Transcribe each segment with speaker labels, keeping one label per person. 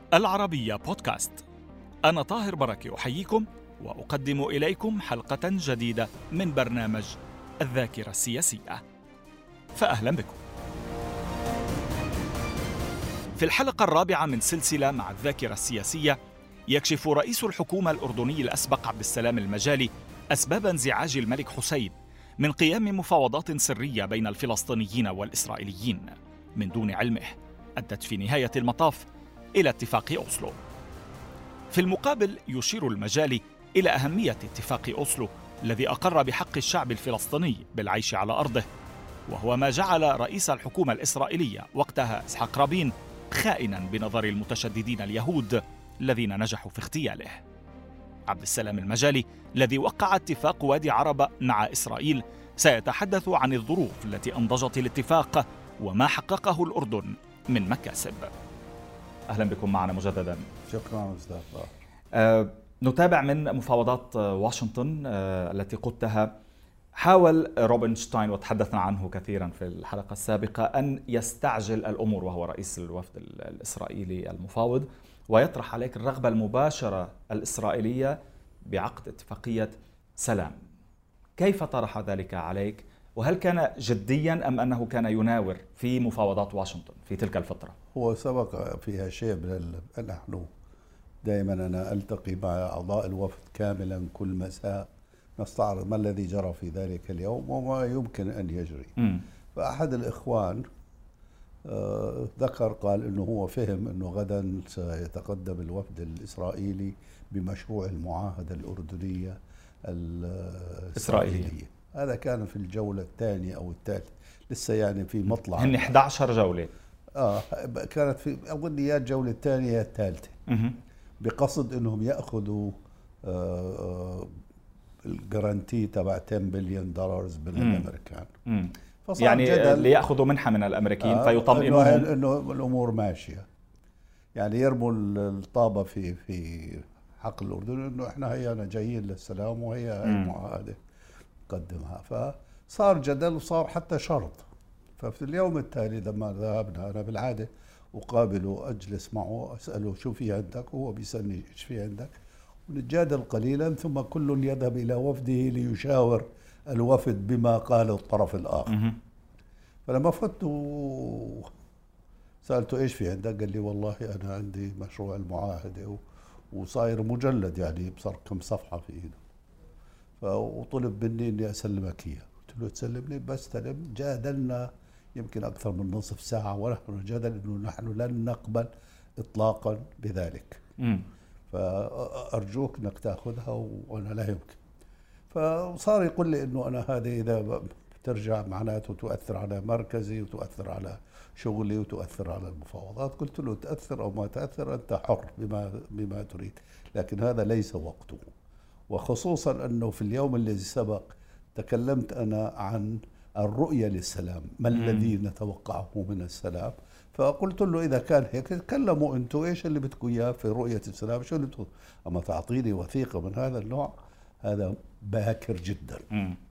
Speaker 1: العربية بودكاست. أنا طاهر بركة أحييكم وأقدم إليكم حلقة جديدة من برنامج الذاكرة السياسية، فأهلا بكم. في الحلقة الرابعة من سلسلة مع الذاكرة السياسية يكشف رئيس الحكومة الأردني الأسبق عبد السلام المجالي أسباب انزعاج الملك حسين من قيام مفاوضات سرية بين الفلسطينيين والإسرائيليين من دون علمه أدت في نهاية المطاف إلى اتفاق أوسلو. في المقابل يشير المجالي إلى أهمية اتفاق أوسلو الذي أقر بحق الشعب الفلسطيني بالعيش على أرضه، وهو ما جعل رئيس الحكومة الإسرائيلية وقتها إسحاق رابين خائنا بنظر المتشددين اليهود الذين نجحوا في اغتياله. عبد السلام المجالي الذي وقع اتفاق وادي عربة مع إسرائيل سيتحدث عن الظروف التي أنضجت الاتفاق وما حققه الأردن من مكاسب. أهلا بكم معنا مجددا.
Speaker 2: شكرا أستاذ.
Speaker 1: نتابع من مفاوضات واشنطن التي قدتها. حاول روبنشتاين وتحدثنا عنه كثيرا في الحلقة السابقة أن يستعجل الأمور، وهو رئيس الوفد الإسرائيلي المفاوض، ويطرح عليك الرغبة المباشرة الإسرائيلية بعقد اتفاقية سلام. كيف طرح ذلك عليك؟ وهل كان جديا أم أنه كان يناور في مفاوضات واشنطن في تلك الفترة؟
Speaker 2: هو سبق فيها شيء نحن دائما أنا ألتقي مع أعضاء الوفد كاملا كل مساء، نستعرض ما الذي جرى في ذلك اليوم وما يمكن أن يجري. فأحد الإخوان ذكر قال أنه هو فهم أنه غدا سيتقدم الوفد الإسرائيلي بمشروع المعاهدة الأردنية الإسرائيلية. هذا كان في الجولة الثانية أو الثالثة، لسه يعني في مطلع.
Speaker 1: هن 11 جولة.
Speaker 2: كانت في أظن يا الجولة الثانية يا الثالثة، بقصد أنهم يأخذوا الجرانتي تبع 10 بليون دولار من الأمريكان.
Speaker 1: يعني اللي يأخذوا منحة من الأمريكيين فيطمئنوهم
Speaker 2: إنه الأمور ماشية، يعني يرموا الطابة في حق الأردن إنه إحنا هيانا جايين للسلام وهي المعاهدة قدمها. فصار جدل وصار حتى شرط. ففي اليوم التالي لما ذهبنا أنا بالعادة أقابله، أجلس معه أسأله شو في عندك، وهو بيسألني إيش في عندك، ونتجادل قليلا ثم كل يذهب إلى وفده ليشاور الوفد بما قاله الطرف الآخر. فلما فت سألته إيش في عندك، قال لي والله أنا عندي مشروع المعاهدة وصاير مجلد، يعني صار كم صفحة في إيده، وطلب مني إني أسلمك إياه. قلت له تسلمني؟ بستلم. جادلنا يمكن أكثر من نصف ساعة ونحن نجادل إنه نحن لن نقبل إطلاقا بذلك. فأرجوك إنك تأخذها وأنا لا يمكن. فصار يقول لي إنه أنا هذه إذا بترجع معناته تؤثر على مركزي وتؤثر على شغلي وتؤثر على المفاوضات. قلت له تأثر أو ما تأثر أنت حر بما تريد، لكن هذا ليس وقته. وخصوصا أنه في اليوم الذي سبق تكلمت أنا عن الرؤية للسلام، ما الذي نتوقعه من السلام. فقلت له إذا كان هيك تكلموا أنتوا إيش اللي بدكم إياه في رؤية السلام، شو اللي بدكم، أما تعطيني وثيقة من هذا النوع هذا باكر جدا.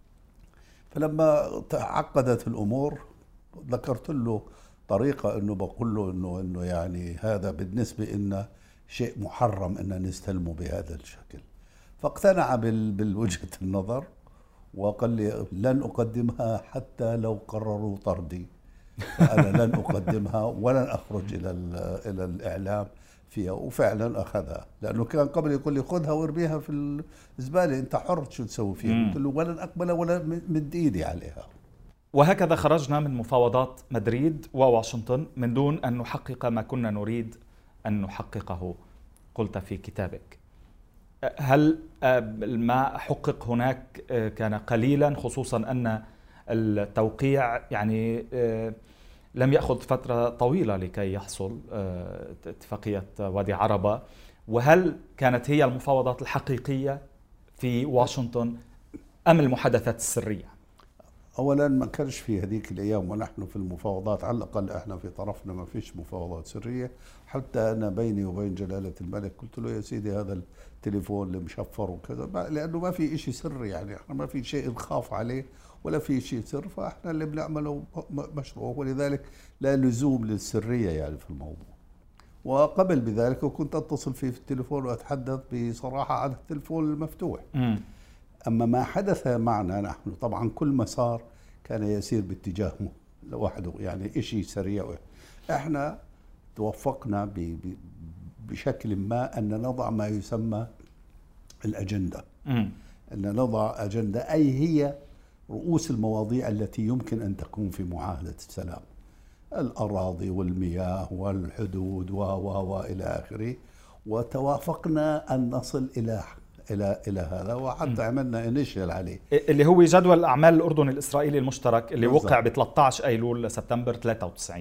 Speaker 2: فلما تعقدت الأمور ذكرت له طريقة إنه بقول له إنه يعني هذا بالنسبة لنا شيء محرم إن نستلمه بهذا الشكل. فاقتنع بالوجهة النظر وقال لي لن أقدمها حتى لو قرروا طردي، فأنا لن أقدمها ولن أخرج إلى الإعلام فيها. وفعلا أخذها، لأنه كان قبل يقول لي خذها وارميها في الزبالة، أنت حر شو تسوي فيها. قلت له ولن أقبلها ولا مد إيدي عليها.
Speaker 1: وهكذا خرجنا من مفاوضات مدريد وواشنطن من دون أن نحقق ما كنا نريد أن نحققه، قلت في كتابك. هل ما حقق هناك كان قليلا، خصوصا أن التوقيع يعني لم يأخذ فترة طويلة لكي يحصل اتفاقية وادي عربة؟ وهل كانت هي المفاوضات الحقيقية في واشنطن أم المحادثات السرية؟
Speaker 2: أولا ما كانش في هذيك الأيام ونحن في المفاوضات، على الأقل إحنا في طرفنا ما فيش مفاوضات سرية. حتى أنا بيني وبين جلالة الملك قلت له يا سيدي هذا التليفون اللي مشفر وكذا، لأنه ما في إشي سري، يعني إحنا ما في شيء نخاف عليه ولا في شيء سر، فإحنا اللي بنعمله مشروع، ولذلك لا لزوم للسرية يعني في الموضوع. وقبل بذلك كنت أتصل فيه في التليفون وأتحدث بصراحة على التليفون المفتوح. أما ما حدث معنا نحن طبعا كل مسار كان يسير باتجاه لوحده، يعني إشي سريع. إحنا توفقنا بشكل ما أن نضع ما يسمى الأجندة، أن نضع أجندة أي هي رؤوس المواضيع التي يمكن أن تكون في معاهدة السلام، الأراضي والمياه والحدود وإلى آخره. وتوافقنا أن نصل إلى هذا، وحتى عملنا إنيشيال عليه
Speaker 1: اللي هو جدول أعمال الأردن الإسرائيلي المشترك اللي
Speaker 2: بالضبط.
Speaker 1: وقع ب 13 أيلول سبتمبر 93.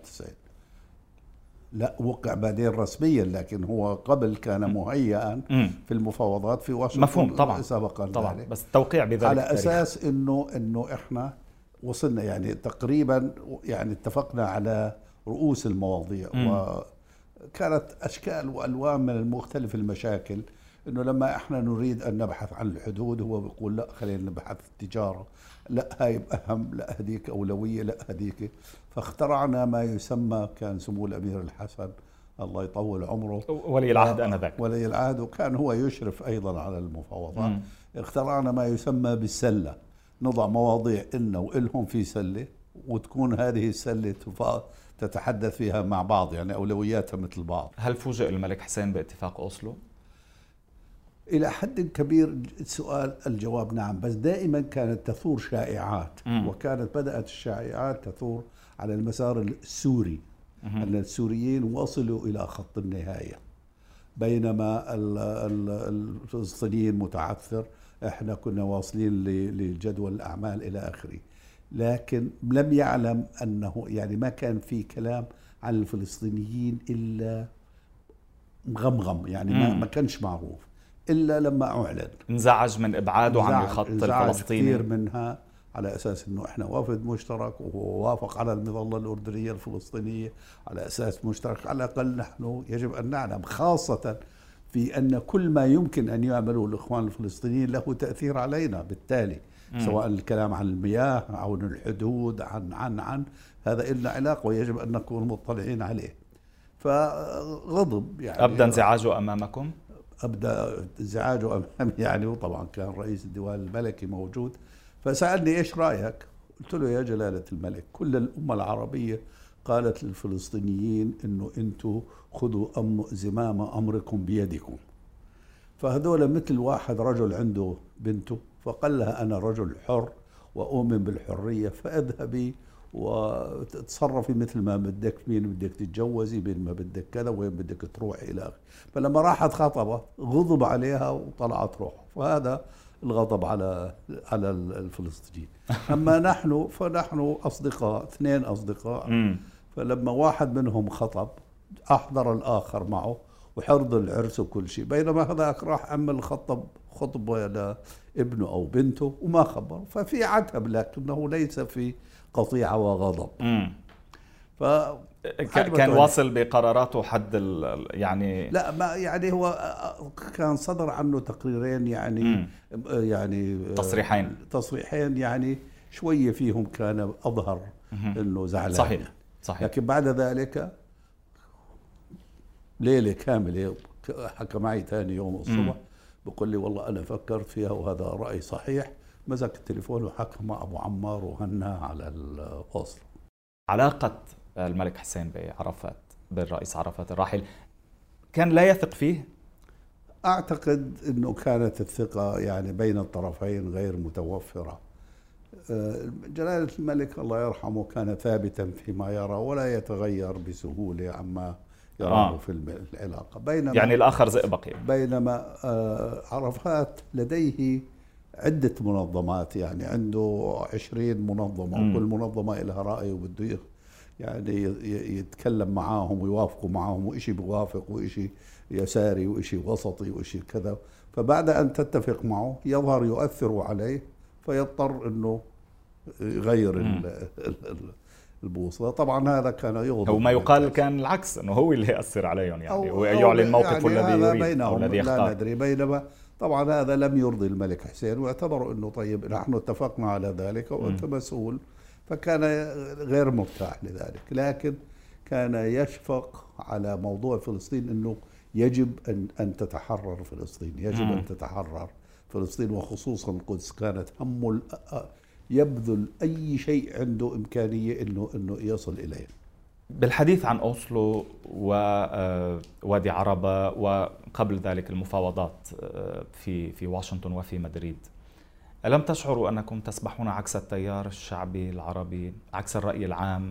Speaker 2: لا وقع بعدين رسميا، لكن هو قبل كان مهيئا في المفاوضات في واشنطن.
Speaker 1: مفهوم طبعا
Speaker 2: سبقا
Speaker 1: طبعا
Speaker 2: ذلك.
Speaker 1: بس التوقيع بذلك
Speaker 2: على
Speaker 1: التاريخ.
Speaker 2: أساس إنه إحنا وصلنا يعني تقريبا، يعني اتفقنا على رؤوس المواضيع. وكانت أشكال وألوان من المختلف المشاكل. إنه لما إحنا نريد أن نبحث عن الحدود هو بيقول لا خلينا نبحث التجارة، لا هاي أهم، لا هذيك أولوية، لا هذيك. فاخترعنا ما يسمى، كان سمو الأمير الحسن الله يطول عمره
Speaker 1: ولي العهد آنذاك،
Speaker 2: ولي العهد، وكان هو يشرف أيضا على المفاوضات. اخترعنا ما يسمى بالسلة، نضع مواضيع إلنا وإلهم في سلة، وتكون هذه السلة تتحدث فيها مع بعض، يعني أولوياتها مثل بعض.
Speaker 1: هل فوجئ الملك حسين باتفاق أوسلو؟
Speaker 2: إلى حد كبير السؤال الجواب نعم، بس دائما كانت تثور شائعات. وكانت بدأت الشائعات تثور على المسار السوري، أن السوريين وصلوا إلى خط النهاية بينما الفلسطينيين متعثر. احنا كنا واصلين لجدول الأعمال إلى آخره، لكن لم يعلم أنه يعني ما كان في كلام عن الفلسطينيين إلا مغمغم، يعني ما كانش معروف إلا لما أعلن.
Speaker 1: انزعج من إبعاده عن الخط الفلسطيني
Speaker 2: كثير منها، على أساس أنه إحنا وفد مشترك وهو وافق على المظلة الأردنية الفلسطينية على أساس مشترك. على الأقل نحن يجب أن نعلم، خاصة في أن كل ما يمكن أن يعمله الإخوان الفلسطينيين له تأثير علينا بالتالي، سواء الكلام عن المياه أو عن الحدود عن هذا إلنا علاقة ويجب أن نكون مطلعين عليه. فغضب يعني
Speaker 1: أبدأ انزعاجه أمامكم؟
Speaker 2: أبدأ انزعاجه أمامي يعني، وطبعا كان رئيس الديوان الملكي موجود، فسألني إيش رأيك؟ قلت له يا جلالة الملك، كل الأمة العربية قالت للفلسطينيين إنه أنتوا خذوا زمام أمركم بيدكم. فهذول مثل واحد رجل عنده بنته فقال لها أنا رجل حر وأؤمن بالحرية، فاذهبي وتصرفي مثل ما بدك، مين بدك تتجوزي، بين ما بدك كذا، وين بدك تروحي إلى آخره. فلما راحت خطبت غضب عليها وطلعت روح. فهذا الغضب على الفلسطينيين. أما نحن فنحن أصدقاء، 2 أصدقاء. فلما واحد منهم خطب أحضر الآخر معه وحضر العرس وكل شيء، بينما هذاك راح عمل خطبة لابنه أو بنته وما خبر. ففي عتب، لكنه ليس في قطيعة وغضب.
Speaker 1: كان واصل بقراراته حد يعني
Speaker 2: لا ما يعني هو كان صدر عنه تقريرين يعني تصريحين يعني شوية فيهم كان أظهر إنه زعلان.
Speaker 1: صحيح.
Speaker 2: لكن بعد ذلك ليلة كاملة حكى معي ثاني يوم الصبح بقول لي والله أنا فكرت فيها وهذا رأي صحيح. مسك التليفون وحكى مع أبو عمار وهنا على الأوسلو.
Speaker 1: علاقة الملك حسين بعرفات بالرئيس عرفات الراحل كان لا يثق فيه؟
Speaker 2: أعتقد أنه كانت الثقة يعني بين الطرفين غير متوفرة. جلالة الملك الله يرحمه كان ثابتا فيما يرى ولا يتغير بسهولة عما يراه في العلاقة. بينما
Speaker 1: يعني الآخر زئبق.
Speaker 2: بينما عرفات لديه عدة منظمات، يعني عنده 20 منظمة وكل منظمة لها رأي وبده يعني يتكلم معاهم ويوافقوا معاهم، وإشي بوافق وإشي يساري وإشي وسطي وإشي كذا. فبعد أن تتفق معه يظهر يؤثر عليه فيضطر أنه يغير البوصلة. طبعا هذا كان يغضب.
Speaker 1: وما يقال كان العكس، أنه هو اللي يأثر عليهم يعني ويعلن موقفه
Speaker 2: يعني
Speaker 1: الذي يريد أو الذي يختار.
Speaker 2: لا ندري. بينما طبعا هذا لم يرضي الملك حسين، واعتبروا أنه طيب نحن اتفقنا على ذلك وأنت مسؤول، فكان غير مرتاح لذلك. لكن كان يشفق على موضوع فلسطين، أنه يجب أن تتحرر فلسطين، يجب أن تتحرر فلسطين، وخصوصا القدس. كانت همه يبذل أي شيء عنده إمكانية أنه يصل إليه.
Speaker 1: بالحديث عن أوسلو ووادي عربة وقبل ذلك المفاوضات في واشنطن وفي مدريد، ألم تشعروا أنكم تسبحون عكس التيار الشعبي العربي، عكس الرأي العام؟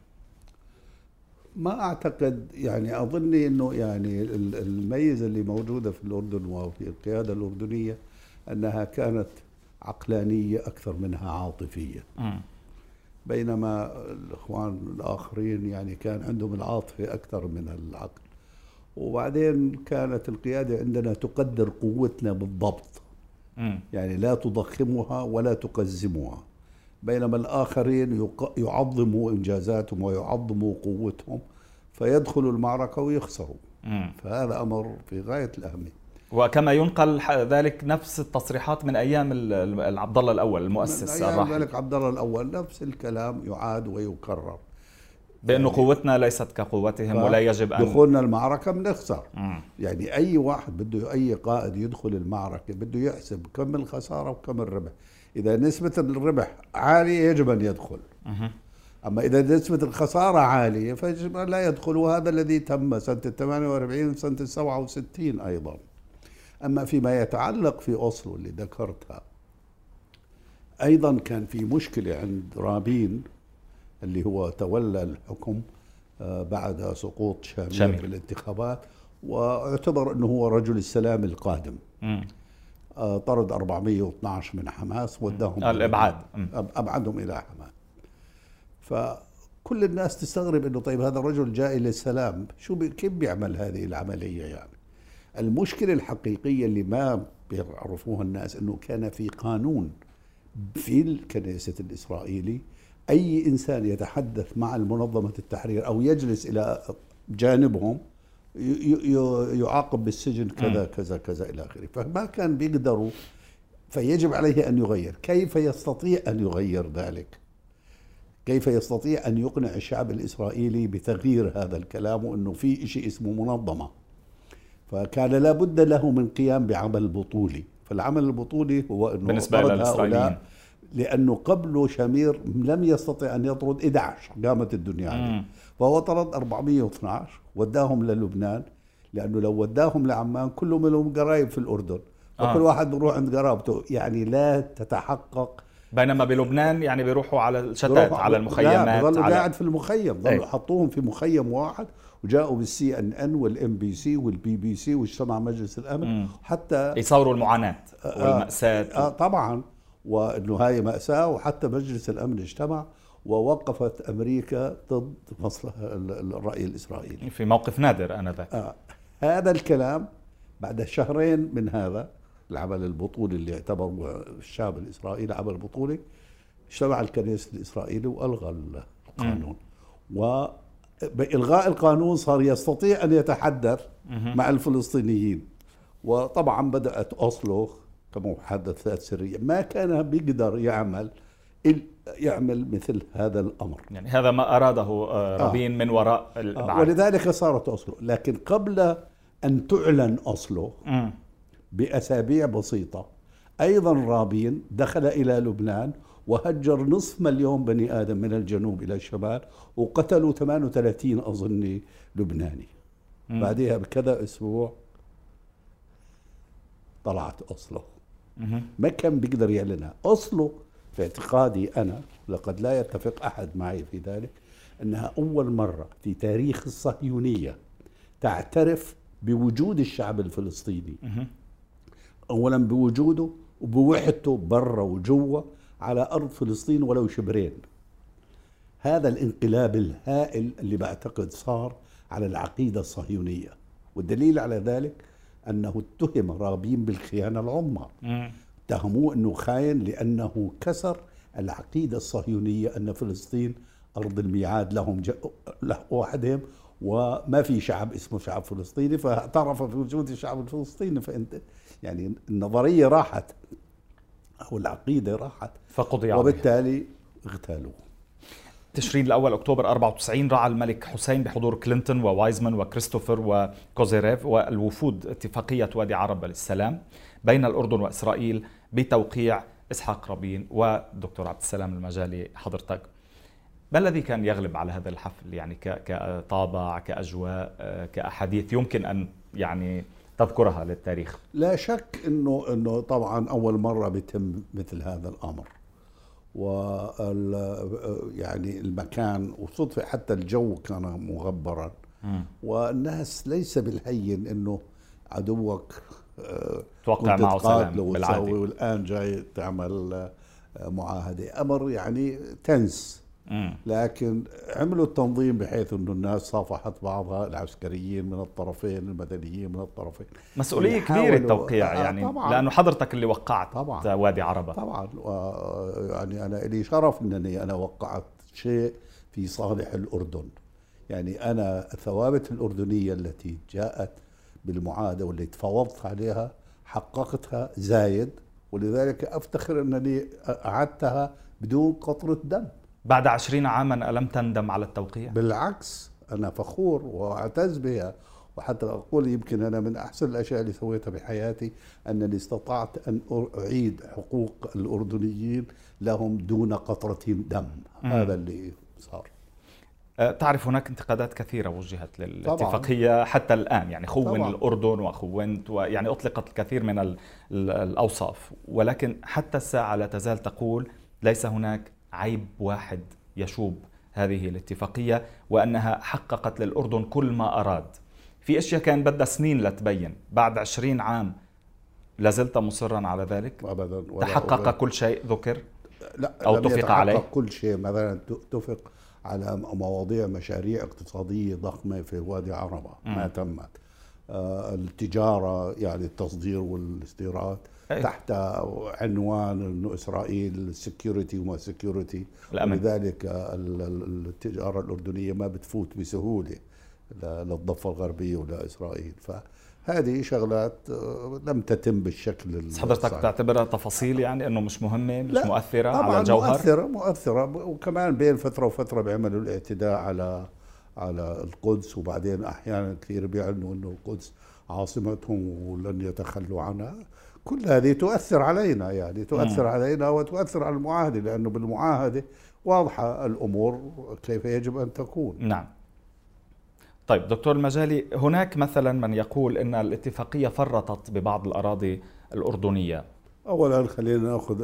Speaker 2: ما أعتقد، يعني أظني أنه يعني الميزة اللي موجودة في الأردن وفي القيادة الأردنية أنها كانت عقلانية أكثر منها عاطفية. بينما الإخوان الآخرين يعني كان عندهم العاطفة أكثر من العقل. وبعدين كانت القيادة عندنا تقدر قوتنا بالضبط، يعني لا تضخمها ولا تقزمها، بينما الآخرين يعظموا إنجازاتهم ويعظموا قوتهم فيدخلوا المعركة ويخسروا. فهذا أمر في غاية الأهمية.
Speaker 1: وكما ينقل ذلك نفس التصريحات من أيام عبد الله الأول المؤسس
Speaker 2: من أيام
Speaker 1: الراحل.
Speaker 2: الملك عبد الله الأول نفس الكلام يعاد ويكرر،
Speaker 1: بأنه يعني قوتنا ليست كقوتهم ولا يجب أن
Speaker 2: دخولنا المعركة بنخسر. يعني أي واحد بده، أي قائد يدخل المعركة بده يحسب كم الخسارة وكم الربح. إذا نسبة الربح عالية يجب أن يدخل، أما إذا نسبة الخسارة عالية فيجب أن لا يدخل. وهذا الذي تم سنة 48 وسنة 67 أيضا. أما فيما يتعلق في أوسلو اللي ذكرتها، أيضا كان في مشكلة عند رابين اللي هو تولى الحكم بعد سقوط شامير بالانتخابات، واعتبر أنه هو رجل السلام القادم. طرد 412 من حماس وداهم
Speaker 1: الإبعاد،
Speaker 2: أبعدهم إلى حماس. فكل الناس تستغرب أنه طيب هذا الرجل جاء إلى السلام، كيف بيعمل هذه العملية؟ يعني المشكلة الحقيقية اللي ما بيعرفوها الناس أنه كان في قانون في الكنيسة الإسرائيلي، أي إنسان يتحدث مع المنظمة التحرير أو يجلس إلى جانبهم يعاقب بالسجن كذا كذا كذا إلى آخره. فما كان بيقدروا، فيجب عليه أن يغير. كيف يستطيع أن يغير ذلك؟ كيف يستطيع أن يقنع الشعب الإسرائيلي بتغيير هذا الكلام وأنه في شيء اسمه منظمة؟ فكان لابد له من قيام بعمل بطولي. فالعمل البطولي هو أنه
Speaker 1: بالنسبة للإسرائيليين،
Speaker 2: لأنه قبله شامير لم يستطع أن يطرد 11، قامت الدنيا عليه. فهو طرد 412 وداهم للبنان، لأنه لو وداهم لعمان كلهم لهم قرايب في الأردن، وكل واحد بيروح عند قرابته، يعني لا تتحقق.
Speaker 1: بينما بلبنان يعني بيروحوا على الشتات، على المخيمات،
Speaker 2: لا قاعد في المخيم. ظلوا حطوهم في مخيم واحد، وجاءوا بالCNN والMBC والBBC واجتمع مجلس الأمن حتى
Speaker 1: يصوروا المعاناة والمأساة.
Speaker 2: طبعا، وأنه هاي مأساة. وحتى مجلس الأمن اجتمع ووقفت أمريكا ضد مصلحة الرأي الإسرائيلي
Speaker 1: في موقف نادر آنذاك.
Speaker 2: هذا الكلام بعد شهرين من هذا العمل البطولي اللي اعتبره الشعب الإسرائيلي عمل بطولي، اجتمع الكنيسة الإسرائيلي وألغى القانون. وبإلغاء القانون صار يستطيع أن يتحدث مع الفلسطينيين. وطبعا بدأت أوسلو كمحادثات سرية. ما كان بيقدر يعمل مثل هذا الأمر.
Speaker 1: يعني هذا ما أراده رابين من وراء الإبعاد.
Speaker 2: ولذلك صارت أوسلو. لكن قبل أن تعلن أوسلو بأسابيع بسيطة، أيضا رابين دخل إلى لبنان وهجر 500,000 بني آدم من الجنوب إلى الشمال، وقتلوا 38 أظني لبناني. بعدها بكذا أسبوع طلعت أوسلو. ما كان بيقدر يعلنها. أوسلو في اعتقادي أنا، لقد لا يتفق أحد معي في ذلك، أنها أول مرة في تاريخ الصهيونية تعترف بوجود الشعب الفلسطيني، أولا بوجوده وبوحدته برا وجوا على أرض فلسطين ولو شبرين. هذا الانقلاب الهائل اللي بعتقد صار على العقيدة الصهيونية. والدليل على ذلك أنه اتهم رابين بالخيانة العظمى. اتهموه أنه خاين لأنه كسر العقيدة الصهيونية أن فلسطين أرض الميعاد لهم وحدهم، وما في شعب اسمه شعب فلسطيني، فاعترف بوجود الشعب الفلسطيني. فأنت يعني النظرية راحت أو العقيدة راحت،
Speaker 1: فقضي
Speaker 2: وبالتالي اغتالوه.
Speaker 1: تشرين الأول أكتوبر 94 رعى الملك حسين بحضور كلينتون ووايزمان وكريستوفر وكوزيريف والوفود اتفاقية وادي عرب للسلام بين الأردن وإسرائيل بتوقيع إسحاق رابين والدكتور عبد السلام المجالي حضرتك. ما الذي كان يغلب على هذا الحفل يعني كطابع كأجواء كأحاديث يمكن أن يعني تذكرها للتاريخ؟
Speaker 2: لا شك انه طبعا اول مره بيتم مثل هذا الامر، يعني المكان وصدفه حتى الجو كان مغبرا، والناس ليس بالهين انه عدوك
Speaker 1: توقع معه سلام بالعادي
Speaker 2: والان جاي تعمل معاهده، امر يعني تنس. لكن عملوا التنظيم بحيث انه الناس صافحت بعضها، العسكريين من الطرفين، المدنيين من الطرفين.
Speaker 1: مسؤولية كبيرة التوقيع يعني طبعاً، لأنه حضرتك اللي وقعت طبعاً وادي عربة.
Speaker 2: طبعا يعني أنا لي شرف أنني أنا وقعت شيء في صالح الأردن. يعني أنا الثوابت الأردنية التي جاءت بالمعاهدة واللي تفاوضت عليها حققتها زايد، ولذلك أفتخر أنني أعدتها بدون قطرة دم.
Speaker 1: بعد 20 عاما ألم تندم على التوقيع؟
Speaker 2: بالعكس، أنا فخور وأعتز بها، وحتى أقول يمكن أنا من أحسن الأشياء اللي سويتها بحياتي أنني استطعت أن أعيد حقوق الأردنيين لهم دون قطرة دم. هذا اللي صار.
Speaker 1: تعرف هناك انتقادات كثيرة وجهت للاتفاقية حتى الآن، يعني خون طبعاً الأردن وخونت، ويعني أطلقت الكثير من الأوصاف، ولكن حتى الساعة لا تزال تقول ليس هناك عيب واحد يشوب هذه الاتفاقية، وأنها حققت للأردن كل ما أراد. في أشياء كان بدها سنين لتبين، بعد 20 عام لازلت مصرا على ذلك؟
Speaker 2: أبدا.
Speaker 1: تحقق كل شيء ذكر؟
Speaker 2: لا،
Speaker 1: أو اتفق عليه؟
Speaker 2: كل شيء. مثلا اتفق على مواضيع مشاريع اقتصادية ضخمة في وادي عربة ما تمت. التجارة يعني التصدير والاستيراد تحت عنوان انه اسرائيل سكيورتي وما سكيورتي، ولذلك التجاره الاردنيه ما بتفوت بسهوله للضفه الغربيه ولا اسرائيل. فهذه شغلات لم تتم بالشكل.
Speaker 1: حضرتك تعتبرها تفاصيل يعني انه مش مهمه، مش مؤثره على
Speaker 2: الجوهر؟ مؤثره. وكمان بين فتره وفتره بيعملوا الاعتداء على القدس، وبعدين احيانا كثير بيعلنوا انه القدس عاصمتهم ولن يتخلوا عنها. كل هذه تؤثر علينا، يعني تؤثر علينا وتؤثر على المعاهدة، لأنه بالمعاهدة واضحة الأمور كيف يجب أن تكون.
Speaker 1: نعم. طيب دكتور المجالي، هناك مثلا من يقول أن الاتفاقية فرطت ببعض الأراضي الأردنية.
Speaker 2: أولا خلينا نأخذ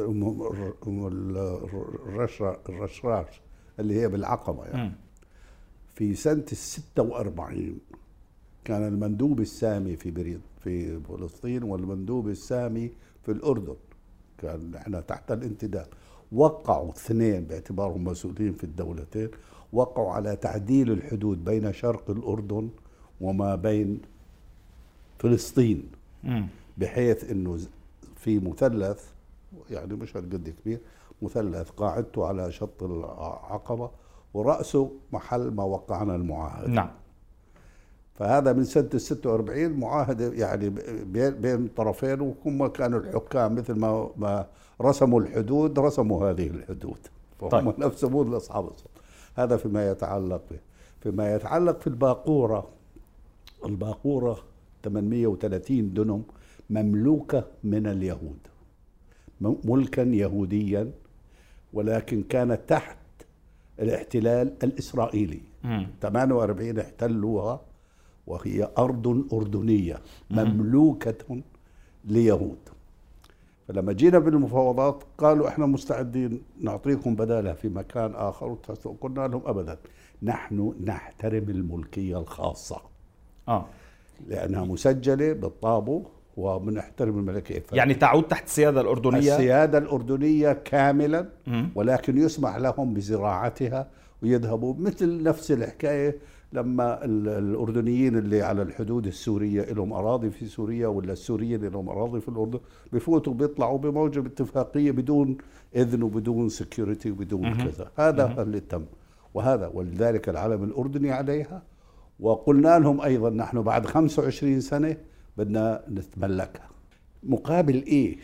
Speaker 2: الرشراش اللي هي بالعقبة يعني. في سنة 46 كان المندوب السامي في فلسطين والمندوب السامي في الأردن، كان احنا تحت الانتداب، وقعوا اثنين باعتبارهم مسؤولين في الدولتين، وقعوا على تعديل الحدود بين شرق الأردن وما بين فلسطين، بحيث انه في مثلث يعني مش هالقد كبير، مثلث قاعدته على شط العقبة ورأسه محل ما وقعنا المعاهدة.
Speaker 1: نعم.
Speaker 2: فهذا من سنة 46 معاهدة يعني بين طرفين، وهم كانوا الحكام مثل ما رسموا الحدود رسموا هذه الحدود، فهم طيب. نفسهم أصحاب الصوت. هذا فيما يتعلق به. فيما يتعلق في الباقورة 830 دنم مملوكة من اليهود، ملكا يهوديا، ولكن كانت تحت الاحتلال الإسرائيلي. 48 احتلوها، وهي أرض أردنية مملوكة ليهود. فلما جينا بالمفاوضات قالوا احنا مستعدين نعطيكم بدالها في مكان آخر، قلنا لهم أبدا، نحن نحترم الملكية الخاصة لأنها مسجلة بالطابو وبنحترم الملكية.
Speaker 1: يعني تعود تحت السيادة الأردنية؟
Speaker 2: السيادة الأردنية كاملا، ولكن يسمح لهم بزراعتها ويذهبوا. مثل نفس الحكاية لما الأردنيين اللي على الحدود السورية لهم أراضي في سوريا، ولا السوريين لهم أراضي في الأردن، بفوتوا بيطلعوا بموجب اتفاقية بدون إذن وبدون سكيورتي وبدون كذا. هذا اللي تم، وهذا ولذلك العلم الأردني عليها. وقلنا لهم أيضا نحن بعد 25 سنة بدنا نتملكها. مقابل إيش؟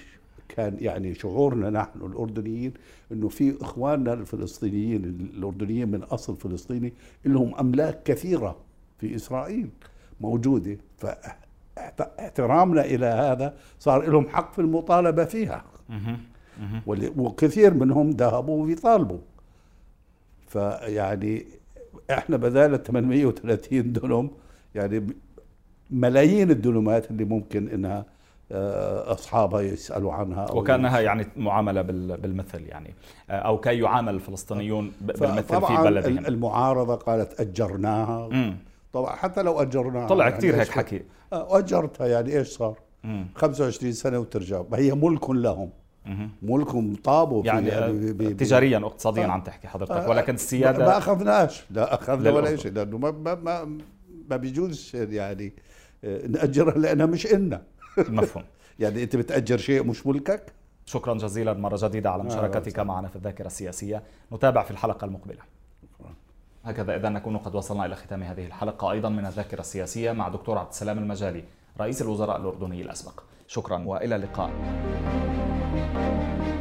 Speaker 2: كان يعني شعورنا نحن الأردنيين أنه في إخواننا الفلسطينيين الأردنيين من أصل فلسطيني لهم أملاك كثيرة في إسرائيل موجودة، فاحترامنا إلى هذا صار لهم حق في المطالبة فيها، وكثير منهم ذهبوا ويطالبوا. فيعني احنا بدال 830 دنم يعني ملايين الدنومات اللي ممكن انها اصحابها يسالوا عنها،
Speaker 1: وكانها يعني معامله بالمثل يعني، او كي يعامل الفلسطينيون بالمثل في بلدهم.
Speaker 2: المعارضه قالت اجرناها. طبعا حتى لو اجرناها
Speaker 1: طلع
Speaker 2: يعني
Speaker 1: كثير هيك حكي.
Speaker 2: اجرتها يعني ايش صار؟ 25 سنه وترجع، هي ملك لهم، ملكهم طابوا
Speaker 1: يعني تجاريا اقتصاديا عم تحكي حضرتك، ولكن السياده
Speaker 2: ما اخذناش، لا اخذنا ولا شيء، لانه ما بيجوز يعني نأجرها لانها مش إلنا.
Speaker 1: مفهوم.
Speaker 2: يعني انت بتأجر شيء مش ملكك.
Speaker 1: شكرا جزيلا مرة جديدة على مشاركتك معنا في الذاكرة السياسية، نتابع في الحلقة المقبلة. هكذا إذا نكون قد وصلنا إلى ختام هذه الحلقة أيضا من الذاكرة السياسية مع دكتور عبد السلام المجالي رئيس الوزراء الأردني الأسبق. شكرا وإلى اللقاء.